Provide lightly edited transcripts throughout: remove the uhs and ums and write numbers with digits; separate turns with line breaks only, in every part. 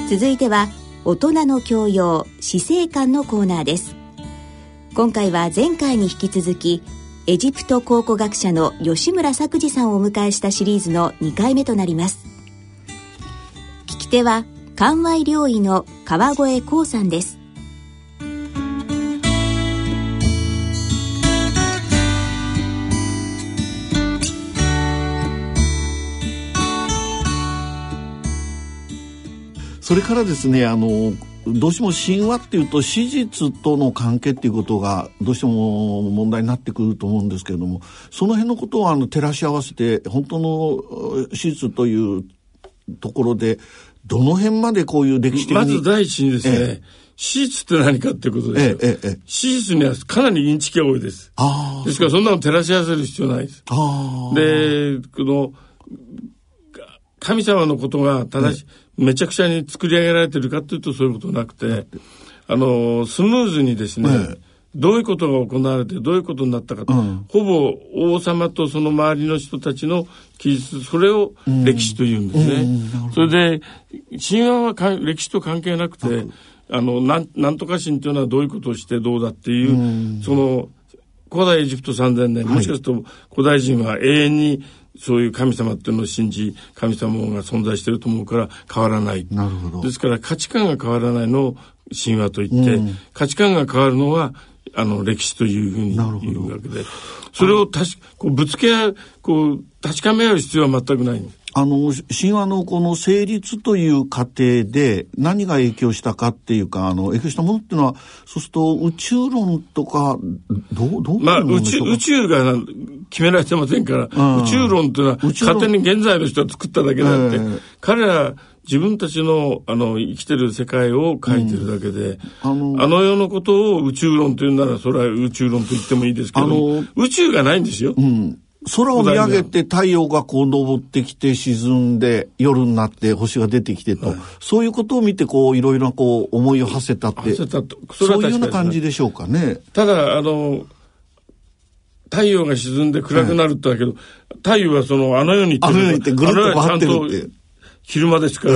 続いては大人の教養死生観のコーナーです。今回は前回に引き続きエジプト考古学者の吉村作治さんをお迎えしたシリーズの2回目となります。聞き手は関外領医の川越光さんです。
それからですね、どうしても神話っていうと史実との関係っていうことがどうしても問題になってくると思うんですけれども、その辺のことを照らし合わせて本当の史実というところでどの辺までこういう歴史的に、
まず第一にですね、史実って何かっていうことですよ。史実にはかなりインチキが多いです。ですからそんなの照らし合わせる必要ないです。で、この神様のことが正しい、めちゃくちゃに作り上げられてるかというとそういうことなくて、スムーズにですね、どういうことが行われてどういうことになったかと、ほぼ王様とその周りの人たちの記述、それを歴史というんですね。それで神話は歴史と関係なくて、なんとか神というのはどういうことをしてどうだっていう、その古代エジプト3000年、もしかすると古代人は永遠にそういう神様っていうのを信じ、神様が存在していると思うから変わらない。
なるほど。
ですから価値観が変わらないのを神話と言って、価値観が変わるのは歴史というふうに言うわけで、それをこうぶつけ合う、こう確かめ合う必要は全くないんです。
神話のこの成立という過程で何が影響したかっていうか、影響したものっていうのは、そうすると宇宙論とかどう
宇宙が決められてませんから、宇宙論っていうのは勝手に現在の人が作っただけであって、彼ら自分たちの生きてる世界を書いてるだけで、世のことを宇宙論というならそれは宇宙論と言ってもいいですけど、宇宙がないんですよ。
空を見上げて太陽がこう昇ってきて沈んで夜になって星が出てきてと、そういうことを見てこういろいろなこう思いを馳せたってそういうような感じでしょうかね。
ただ太陽が沈んで暗くなるってだけど、太陽はその世に行って
ぐるっと回ってるって
昼間ですから、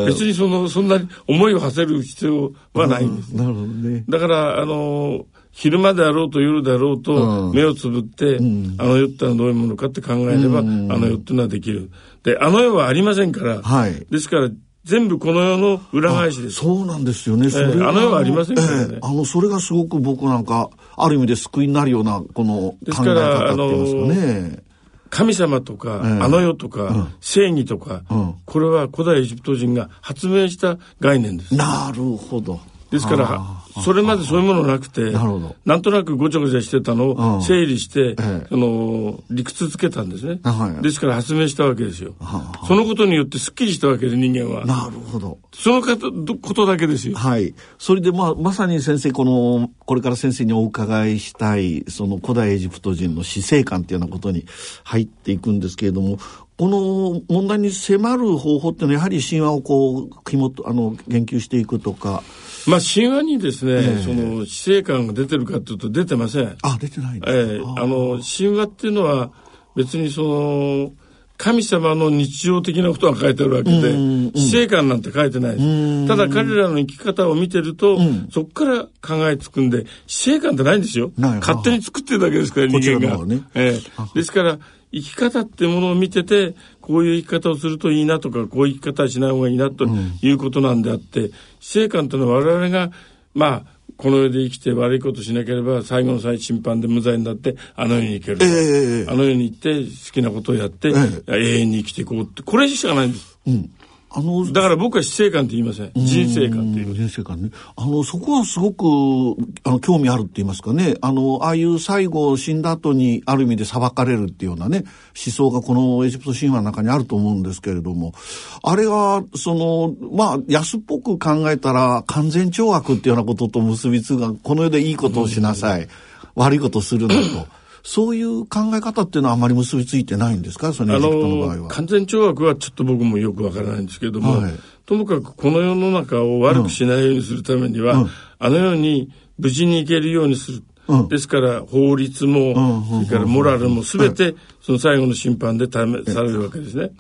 別にそんなに思いを馳せる必要はないんです。
なるほどね。
だから昼間であろうと夜であろうと目をつぶって、世ってのはどういうものかって考えれば、世ってのはできる。で、世はありませんから、ですから全部この世の裏返しです。
そうなんですよね。それ
世はありませんからね。
それがすごく僕なんかある意味で救いになるようなこの考え方って言いますかね。
神様とか、世とか、正義とか、これは古代エジプト人が発明した概念です。
なるほど。
ですからそれまでそういうものなくて、なんとなくごちゃごちゃしてたのを整理して、理屈づけたんですね。ですから発明したわけですよ。そのことによってすっきりしたわけで、人間は。
なるほど。
そのことだけですよ。
それでまさに先生、これから先生にお伺いしたいその古代エジプト人の死生観っていうようなことに入っていくんですけれども、この問題に迫る方法っていうのはやはり神話をこう研究していくとか。
神話にですね、その死生観が出てるかというと出てません。
出てないんですか。
神話っていうのは別にその神様の日常的なことが書いてあるわけで、死生観なんて書いてないです。ただ彼らの生き方を見てると、そこから考えつくんで、死生観ってないんですよ。勝手に作ってるだけですから、人間が。ですから生き方っていうものを見てて、こういう生き方をするといいなとか、こういう生き方はしない方がいいなということなんであって、死生観というのは我々がこの世で生きて悪いことしなければ最後の審判で無罪になって世に行ける、世に行って好きなことをやって、永遠に生きていこうって、これしかないんです。だから僕は死生観って言いません。人生観っていう。
人生観ね。そこはすごく興味あるって言いますかね。ああいう最後死んだ後にある意味で裁かれるっていうようなね思想がこのエジプト神話の中にあると思うんですけれども、あれが安っぽく考えたら完全懲悪っていうようなことと結びつくが、この世でいいことをしなさい、悪いことをするなと。そういう考え方っていうのはあまり結びついてないんですか、そのエジプトの場合は。
完全懲悪はちょっと僕もよくわからないんですけれども、ともかくこの世の中を悪くしないようにするためには、世に無事に行けるようにする。ですから法律も、それからモラルも全てその最後の審判で試されるわけですね。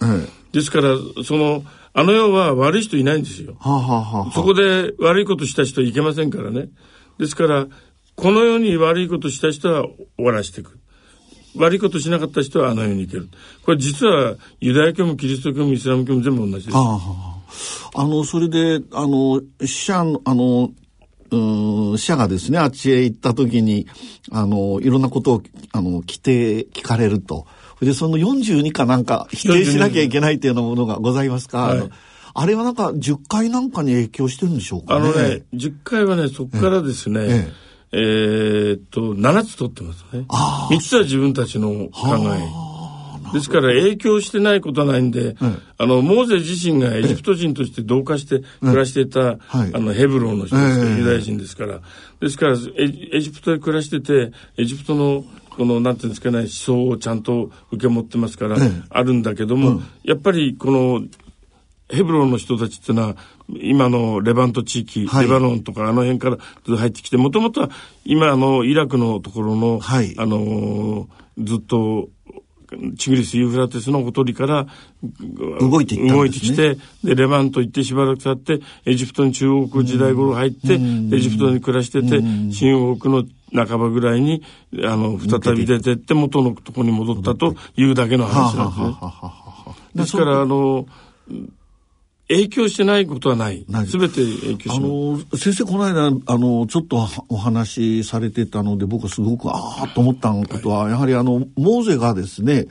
ですからあの世は悪い人いないんですよ。そこで悪いことした人はいけませんからね。ですからこの世に悪いことした人は終わらしていく。悪いことしなかった人はあの世に行ける。これ実はユダヤ教もキリスト教もイスラム教も全部同じです。
それで死者がですね、あっちへ行った時にいろんなことを聞かれると。でその42かなんか否定しなきゃいけないっていうようなものがございますか。あれはなんか10回なんかに影響してるんでしょうかね。
10回はね、そこからですね、7つ取ってますね。3つは自分たちの考え。ですから影響してないことはないんで、モーゼ自身がエジプト人として同化して暮らしていた、ヘブロンの人ですから、ユダヤ人ですから。ですからエジプトで暮らしてて、エジプトのなんていうんですかね、思想をちゃんと受け持ってますから、あるんだけども、やっぱりこのヘブロンの人たちっていうのは今のレバント地域、レバノンとかあの辺から入ってきて、もともとは今イラクのところの、ずっとチグリス・ユーフラテスのほとりから
動いて
きて、でレバント行ってしばらく経ってエジプトに中央国時代頃入って、エジプトに暮らしてて、新王国の半ばぐらいに再び出てって元のところに戻ったというだけの話なんですね。ですから影響してないことはない。すべて影響しない。
先生この間ちょっとお話しされてたので、僕はすごくと思ったことは、やはりモーゼがですね、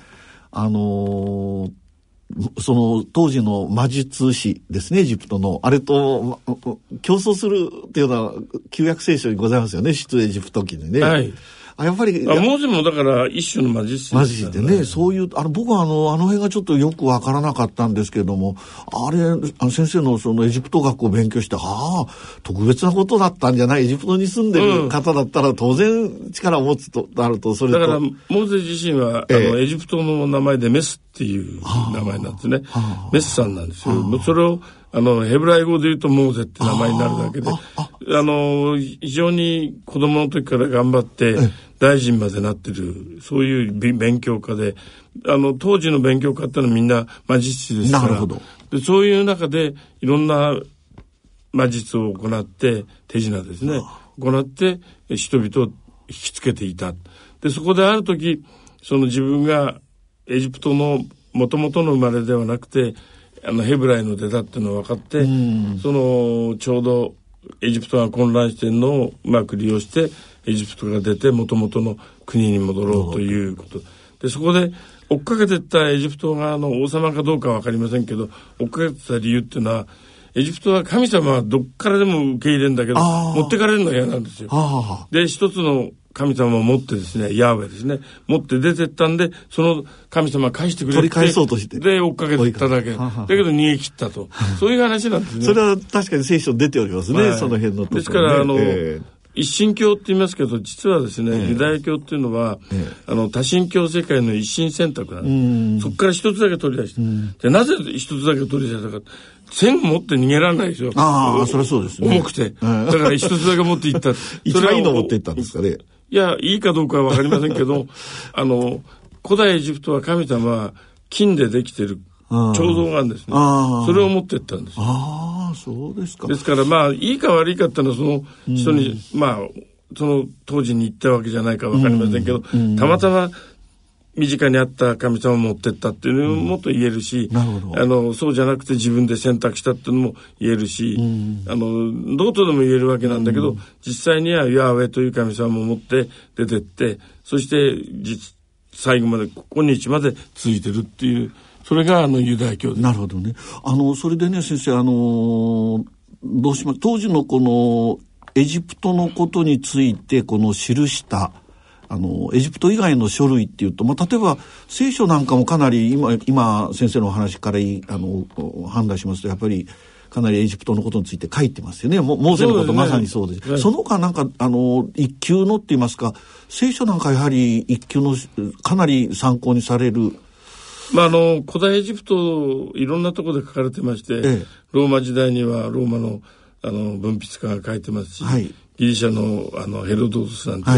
その当時の魔術師ですね、エジプトのあれと競争するっていうような旧約聖書にございますよね、出エジプト記にね。やっぱり
モーゼもだから一種の魔術師
マジでね、そういう僕はあの辺がちょっとよくわからなかったんですけれども、先生のそのエジプト学を勉強して、特別なことだったんじゃない、エジプトに住んでる方だったら当然力を持つとなると、それと
だからモーゼ自身はエジプトの名前でメスっていう名前なんですね。メスさんなんですよ。それをヘブライ語で言うとモーゼって名前になるだけで、非常に子供の時から頑張って大臣までなってる、そういう勉強家で、当時の勉強家ってのはみんな魔術師ですから、でそういう中でいろんな魔術を行って、手品ですね、行って人々を引きつけていた。でそこである時、自分がエジプトの元々の生まれではなくてヘブライの出だっていうのを分かって、ちょうどエジプトが混乱しているのをうまく利用してエジプトが出て元々の国に戻ろうということで、そこで追っかけていったエジプト側の王様かどうかは分かりませんけど、追っかけてた理由っていうのは、エジプトは神様はどっからでも受け入れるんだけど持ってかれるのが嫌なんですよ。で一つの神様を持ってですね、ヤーウェですね、持って出てったんで、その神様返してくれて
取り返そうとして
で追っかけていっただけだけど逃げ切ったとそういう話なんですね。
それは確かに聖書に出ておりますね、その辺のところ、ね、
ですから一神教って言いますけど、実はですね、ユダヤ教っていうのは、多神教世界の一神選択なんです。そこから一つだけ取り出して、でなぜ一つだけ取り出したか、線を持って逃げられないですよ。
それはそうですね。
重くて、だから一つだけ持っていった
一番いいの持っていったんですかね。
いや、いいかどうかは分かりませんけど古代エジプトは神様は金でできてる彫像があるんですね。それを持っていったんですよ。
そうですか。
ですからいいか悪いかっていうのはその人に、その当時に言ったわけじゃないか分かりませんけど、たまたま身近にあった神様を持ってったっていうのもと言えるし、そうじゃなくて自分で選択したっていうのも言えるし、どうとでも言えるわけなんだけど、実際にはヤーウェという神様を持って出てって、そして最後まで今日まで続いてるっていう、それがユダヤ教です。
なるほどね。それでね、先生どうします当時のこのエジプトのことについて記したエジプト以外の書類っていうと、例えば聖書なんかもかなり今先生のお話から判断しますと、やっぱりかなりエジプトのことについて書いてますよね。モーゼのこと、まさにそうです。その他なんか一級のって言いますか、聖書なんかやはり一級のかなり参考にされる。
古代エジプトいろんなところで書かれてまして、ローマ時代にはローマの文筆家が書いてますし、ギリシャのヘロドートスなんて、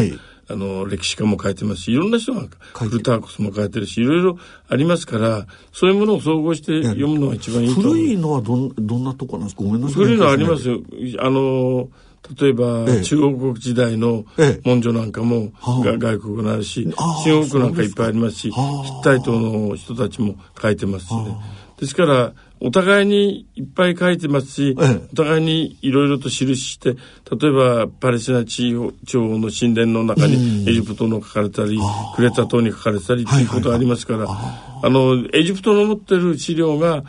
歴史家も書いてますし、いろんな人がフルターコスも書いてるし、いろいろありますから、そういうものを総合して読むのが一番いいと思う。
古いのはどんなとこなんですか？ごめんなさい。
古いのはありますよ。例えば、中央国時代の文書なんかも、外国にあるし、中国なんかいっぱいありますし、ヒッタイトの人たちも書いてますしね。ですから、お互いにいっぱい書いてますし、お互いにいろいろと記して、例えばパレスチナ地方の神殿の中にエジプトの書かれたり、クレタ島に書かれたりということがありますから、エジプトの持ってる資料が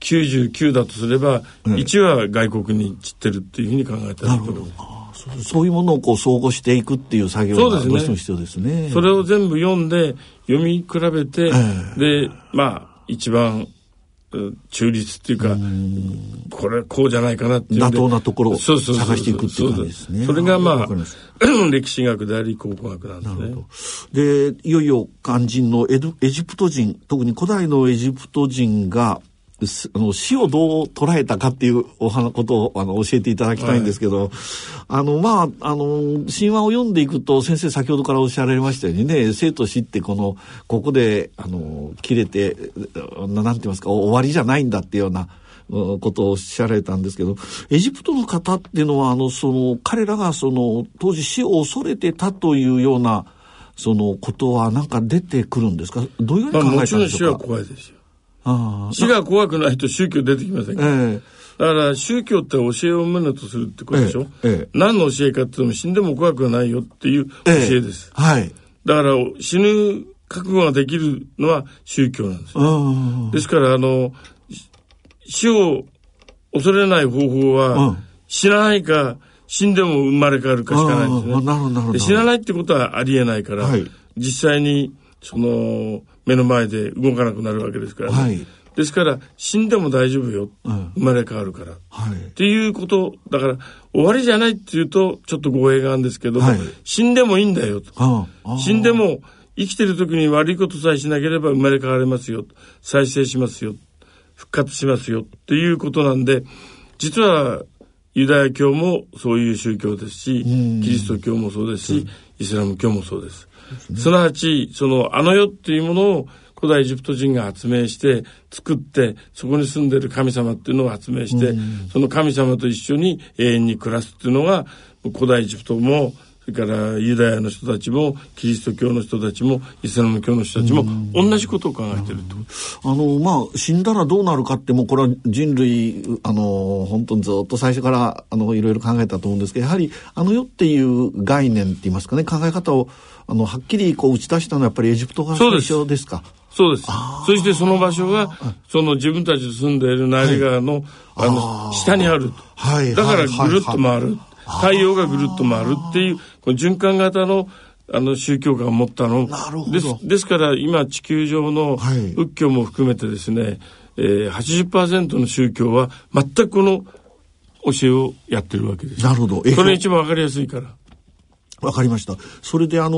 99だとすれば、1は外国に散ってるっていうふうに考えたらいいと思います。
そういうものを総合していくっていう作業がどうしても必要ですね。
それを全部読んで、読み比べて、で、一番、中立っていうか、これこうじゃないかなっていう
妥当なところを探していくっていう感じですね。
それが歴史学であり考古学なんですね。なるほ
ど。で、いよいよ肝心のエジプト人、特に古代のエジプト人が死をどう捉えたかっていうことを教えていただきたいんですけど、神話を読んでいくと、先生先ほどからおっしゃられましたようにね、生と死ってここで切れてなんて言いますか、終わりじゃないんだっていうようなことをおっしゃられたんですけど、エジプトの方っていうのは彼らが当時死を恐れてたというようなことはなんか出てくるんですか？どういうふうに考えたんでしょうか？
もちろん死は怖いですよ。死が怖くないと宗教出てきませんから、だから宗教って教えを旨とするってことでしょ、何の教えかっていうと、死んでも怖くはないよっていう教えです、だから死ぬ覚悟ができるのは宗教なんですよ。ですから死を恐れない方法は、死なないか死んでも生まれ変わるかしかないんですね。で、死なないってことはありえないから、実際に目の前で動かなくなるわけですからね、ですから死んでも大丈夫よ、生まれ変わるから、っていうことだから、終わりじゃないっていうとちょっと語弊があるんですけども、死んでもいいんだよと、死んでも生きてる時に悪いことさえしなければ生まれ変われますよ、再生しますよ、復活しますよっていうことなんで、実はユダヤ教もそういう宗教ですし、キリスト教もそうですし、イスラム教もそうです。すなわち世っていうものを古代エジプト人が発明して作って、そこに住んでいる神様っていうのを発明して、その神様と一緒に永遠に暮らすっていうのが、古代エジプトもそれからユダヤの人たちもキリスト教の人たちもイスラム教の人たちも同じことを考えていると。
死んだらどうなるかって、もうこれは人類本当にずっと最初からいろいろ考えたと思うんですけど、やはり世っていう概念って言いますかね、考え方をはっきり打ち出したのはやっぱりエジプトが最初ですか？
そうです。そしてその場所が自分たちの住んでいるナイル川の、下にあると、だからぐるっと回る、太陽がぐるっと回るっていうこの循環型の宗教観を持ったのですから今地球上の仏教も含めてですね、80% の宗教は全くこの教えをやってるわけです。
なるほど。
これ一番わかりやすいから。
わかりました。それでじゃあ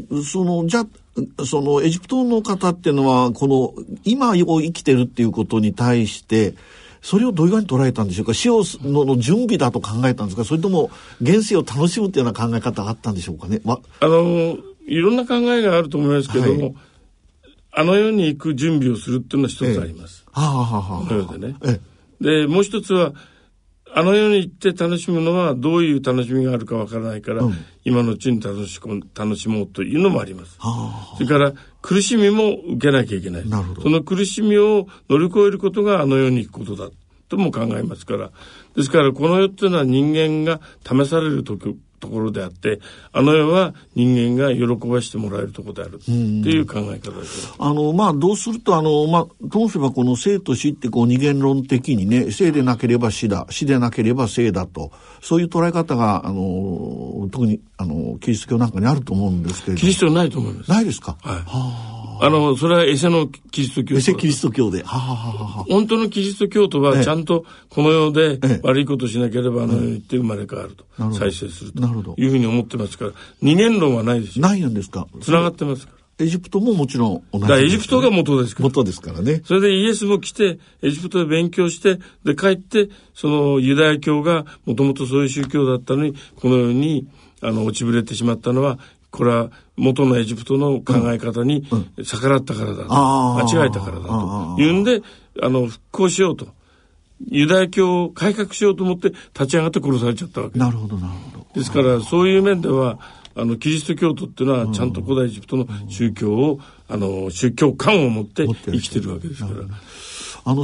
エジプトの方っていうのは今を生きてるっていうことに対してそれをどういうふうに捉えたんでしょうか？死をの準備だと考えたんですか？それとも現世を楽しむっていうような考え方があったんでしょうかね？
いろんな考えがあると思いますけども、世に行く準備をするっていうのは一つあります。世でね。で、もう一つは世に行って楽しむのはどういう楽しみがあるかわからないから、今のうちに楽しもうというのもあります。それから苦しみも受けなきゃいけない。その苦しみを乗り越えることが世に行くことだとも考えますから。ですからこの世っていうのは人間が試されるところであって、世は人間が喜ばしてもらえるところであるっていう考え方です。
どうするとどうすればこの生と死って二元論的にね、生でなければ死だ、死でなければ生だと、そういう捉え方が特にキリスト教なんかにあると思うんですけれど。
キリストないと思います。
ないですか？
それはエセのキリスト教。
エセキリスト教で。
本当のキリスト教徒はちゃんとこの世で悪いことしなければ世に行って生まれ変わると、再生するというふうに思ってますから、二元論はないですよ。
ないんですか？
つながってますから。
エジプトももちろん同じです、ね。
エジプトが元ですから。
元ですからね。
それでイエスも来て、エジプトで勉強して、で帰って、ユダヤ教がもともとそういう宗教だったのに、このように落ちぶれてしまったのは、 これは元のエジプトの考え方に逆らったからだ、間違えたからだというんで復興しようと、ユダヤ教を改革しようと思って立ち上がって殺されちゃったわけです。
なるほどなるほど。
ですからそういう面ではキリスト教徒っていうのはちゃんと古代エジプトの宗教を宗教観を持って生きてるわけですから。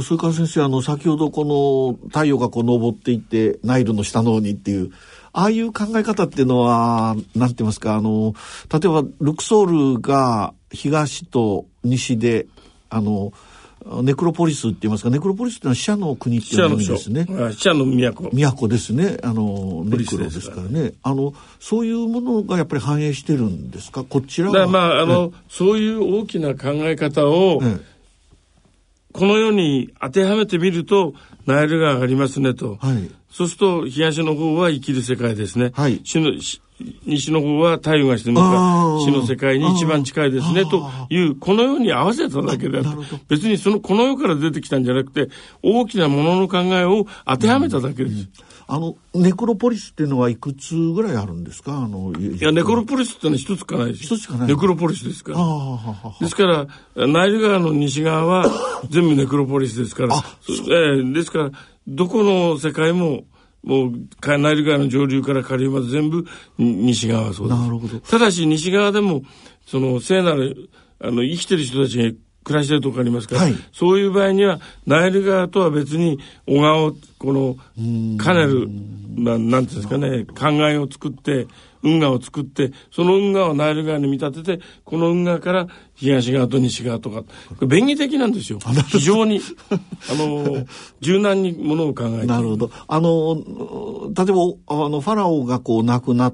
それから先生先ほどこの太陽がこう昇っていってナイルの下の方にっていうああいう考え方っていうのはなんて言いますか、例えばルクソールが東と西でネクロポリスって言いますか、ネクロポリスっていうのは死者の国っていう意味ですね。
死者の都
ですね。ネクロですからね。そういうものがやっぱり反映してるんですか、こちらは。
そういう大きな考え方を、この世に当てはめてみるとナイル川がありますねと、そうすると東の方は生きる世界ですね、西の方は太陽が沈むか死の世界に一番近いですねというこの世に合わせただけであって、別にこの世から出てきたんじゃなくて大きなものの考えを当てはめただけです。
ネクロポリスっていうのはいくつぐらいあるんですか？
いやネクロポリスってのは一つしかないです。
一つしかない。
ネクロポリスですから。ですからナイル川の西側は全部ネクロポリスですから。ですからどこの世界ももうナイル川の上流から下流まで全部西側はそうです。
なるほど。
ただし西側でも聖なる生きてる人たちが暮らしてるとこありますから、そういう場合にはナイル川とは別に小川を兼ねるなんていうんですかね、灌漑を作って運河を作って、その運河をナイル川に見立てて、この運河から東側と西側とか、これ便宜的なんですよ。非常に柔軟にものを考えて。
なるほど。例えばファラオがこう亡くなって、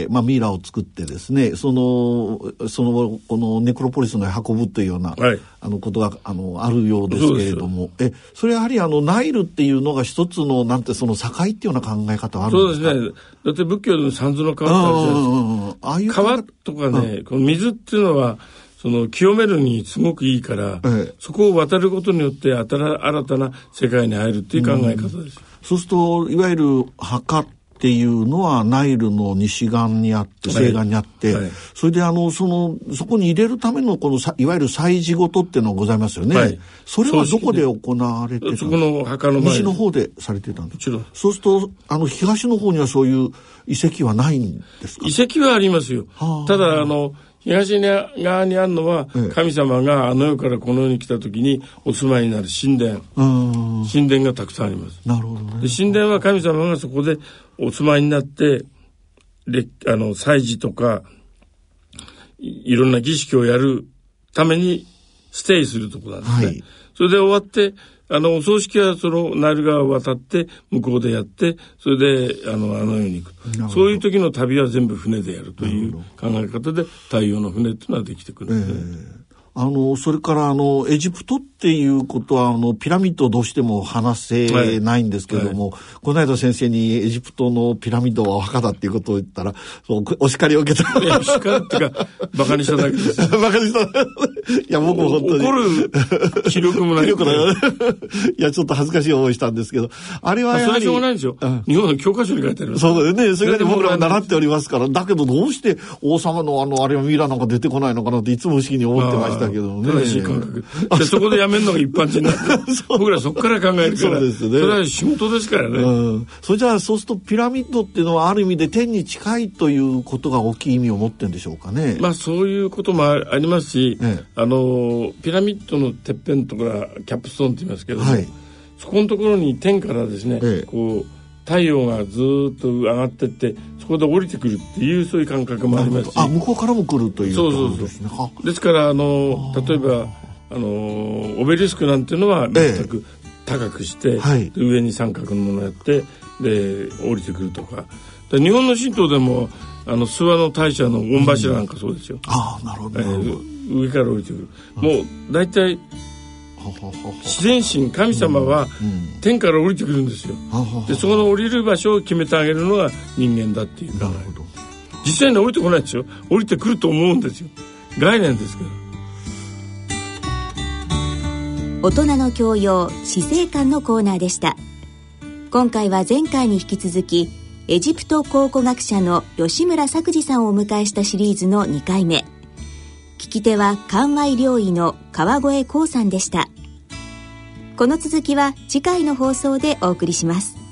ミイラを作ってですね、このネクロポリスの運ぶというような、ことがあるようですけれども、それやはりナイルっていうのが一つのなんて境っていうような考え方はあるんですか？
そうですね。だって仏教の三途の川ってあるじゃないですか。川とかね、この水っていうのは清めるにすごくいいから、そこを渡ることによって新たな世界に入るっていう考え方です。
そうするといわゆる墓っていうのはナイルの西岸にあって西岸にあって、それでそこに入れるためのいわゆる祭事事っていうのがございますよね、それはどこで行われてたんですか？
そこの墓の前
西の方でされてたんですか？そうすると東の方にはそういう遺跡はないんですか？
遺跡はありますよ。ただ東側にあるのは、神様が世からこの世に来た時にお住まいになる神殿がたくさんあります。
なるほどね。
で神殿は神様がそこでお住まいになって祭事とかいろんな儀式をやるためにステイするところなんですね、それで終わってお葬式はナイル川を渡って向こうでやって、それで世に行く。そういう時の旅は全部船でやるという考え方で太陽の船っていうのはできてくるんですね。
それからエジプトっていうことはピラミッドをどうしても話せないんですけれども、この間先生にエジプトのピラミッドはお墓だっていうことを言ったらお叱りを受けた。
いや叱るっていうかバカにしただけです。
バカにした。いや僕も本当に
怒る気力もない。
いやちょっと恥ずかしい思いしたんですけど、あれはやはり
それはしょうがないんですよ、日本の教科書に書いてある。
そうだよね。それで僕らも習っておりますから。だけどどうして王様のあれはミイラなんか出てこないのかなっていつも不思議に思ってましたけどね。
正しい感覚でそこでやめるのが一般人なんで僕らそこから考えるから。そうですね。それは仕事ですからね、
それじゃあそうするとピラミッドっていうのはある意味で天に近いということが大きい意味を持ってるんでしょうかね。
そういうこともありますし、ピラミッドのてっぺんとかキャップストーンって言いますけども、そこのところに天からですね、こう太陽がずっと上がってってそこで降りてくるっていうそういう感覚もありますし、
向こうからも来るという
ことですね。ですから例えばオベリスクなんていうのは全く高くして、上に三角のものをやってで降りてくるとか、日本の神道でも諏訪の大社の御柱なんかそうですよ。
なるほど、
上から降りてくる。もう大体自然神神様は天から降りてくるんですよ。でそこの降りる場所を決めてあげるのが人間だっていうか、実際に降りてこないですよ。降りてくると思うんですよ。概念ですけど。
大人の教養死生観のコーナーでした。今回は前回に引き続きエジプト考古学者の吉村作治さんをお迎えしたシリーズの2回目。聞き手は関外領医の川越光さんでした。この続きは次回の放送でお送りします。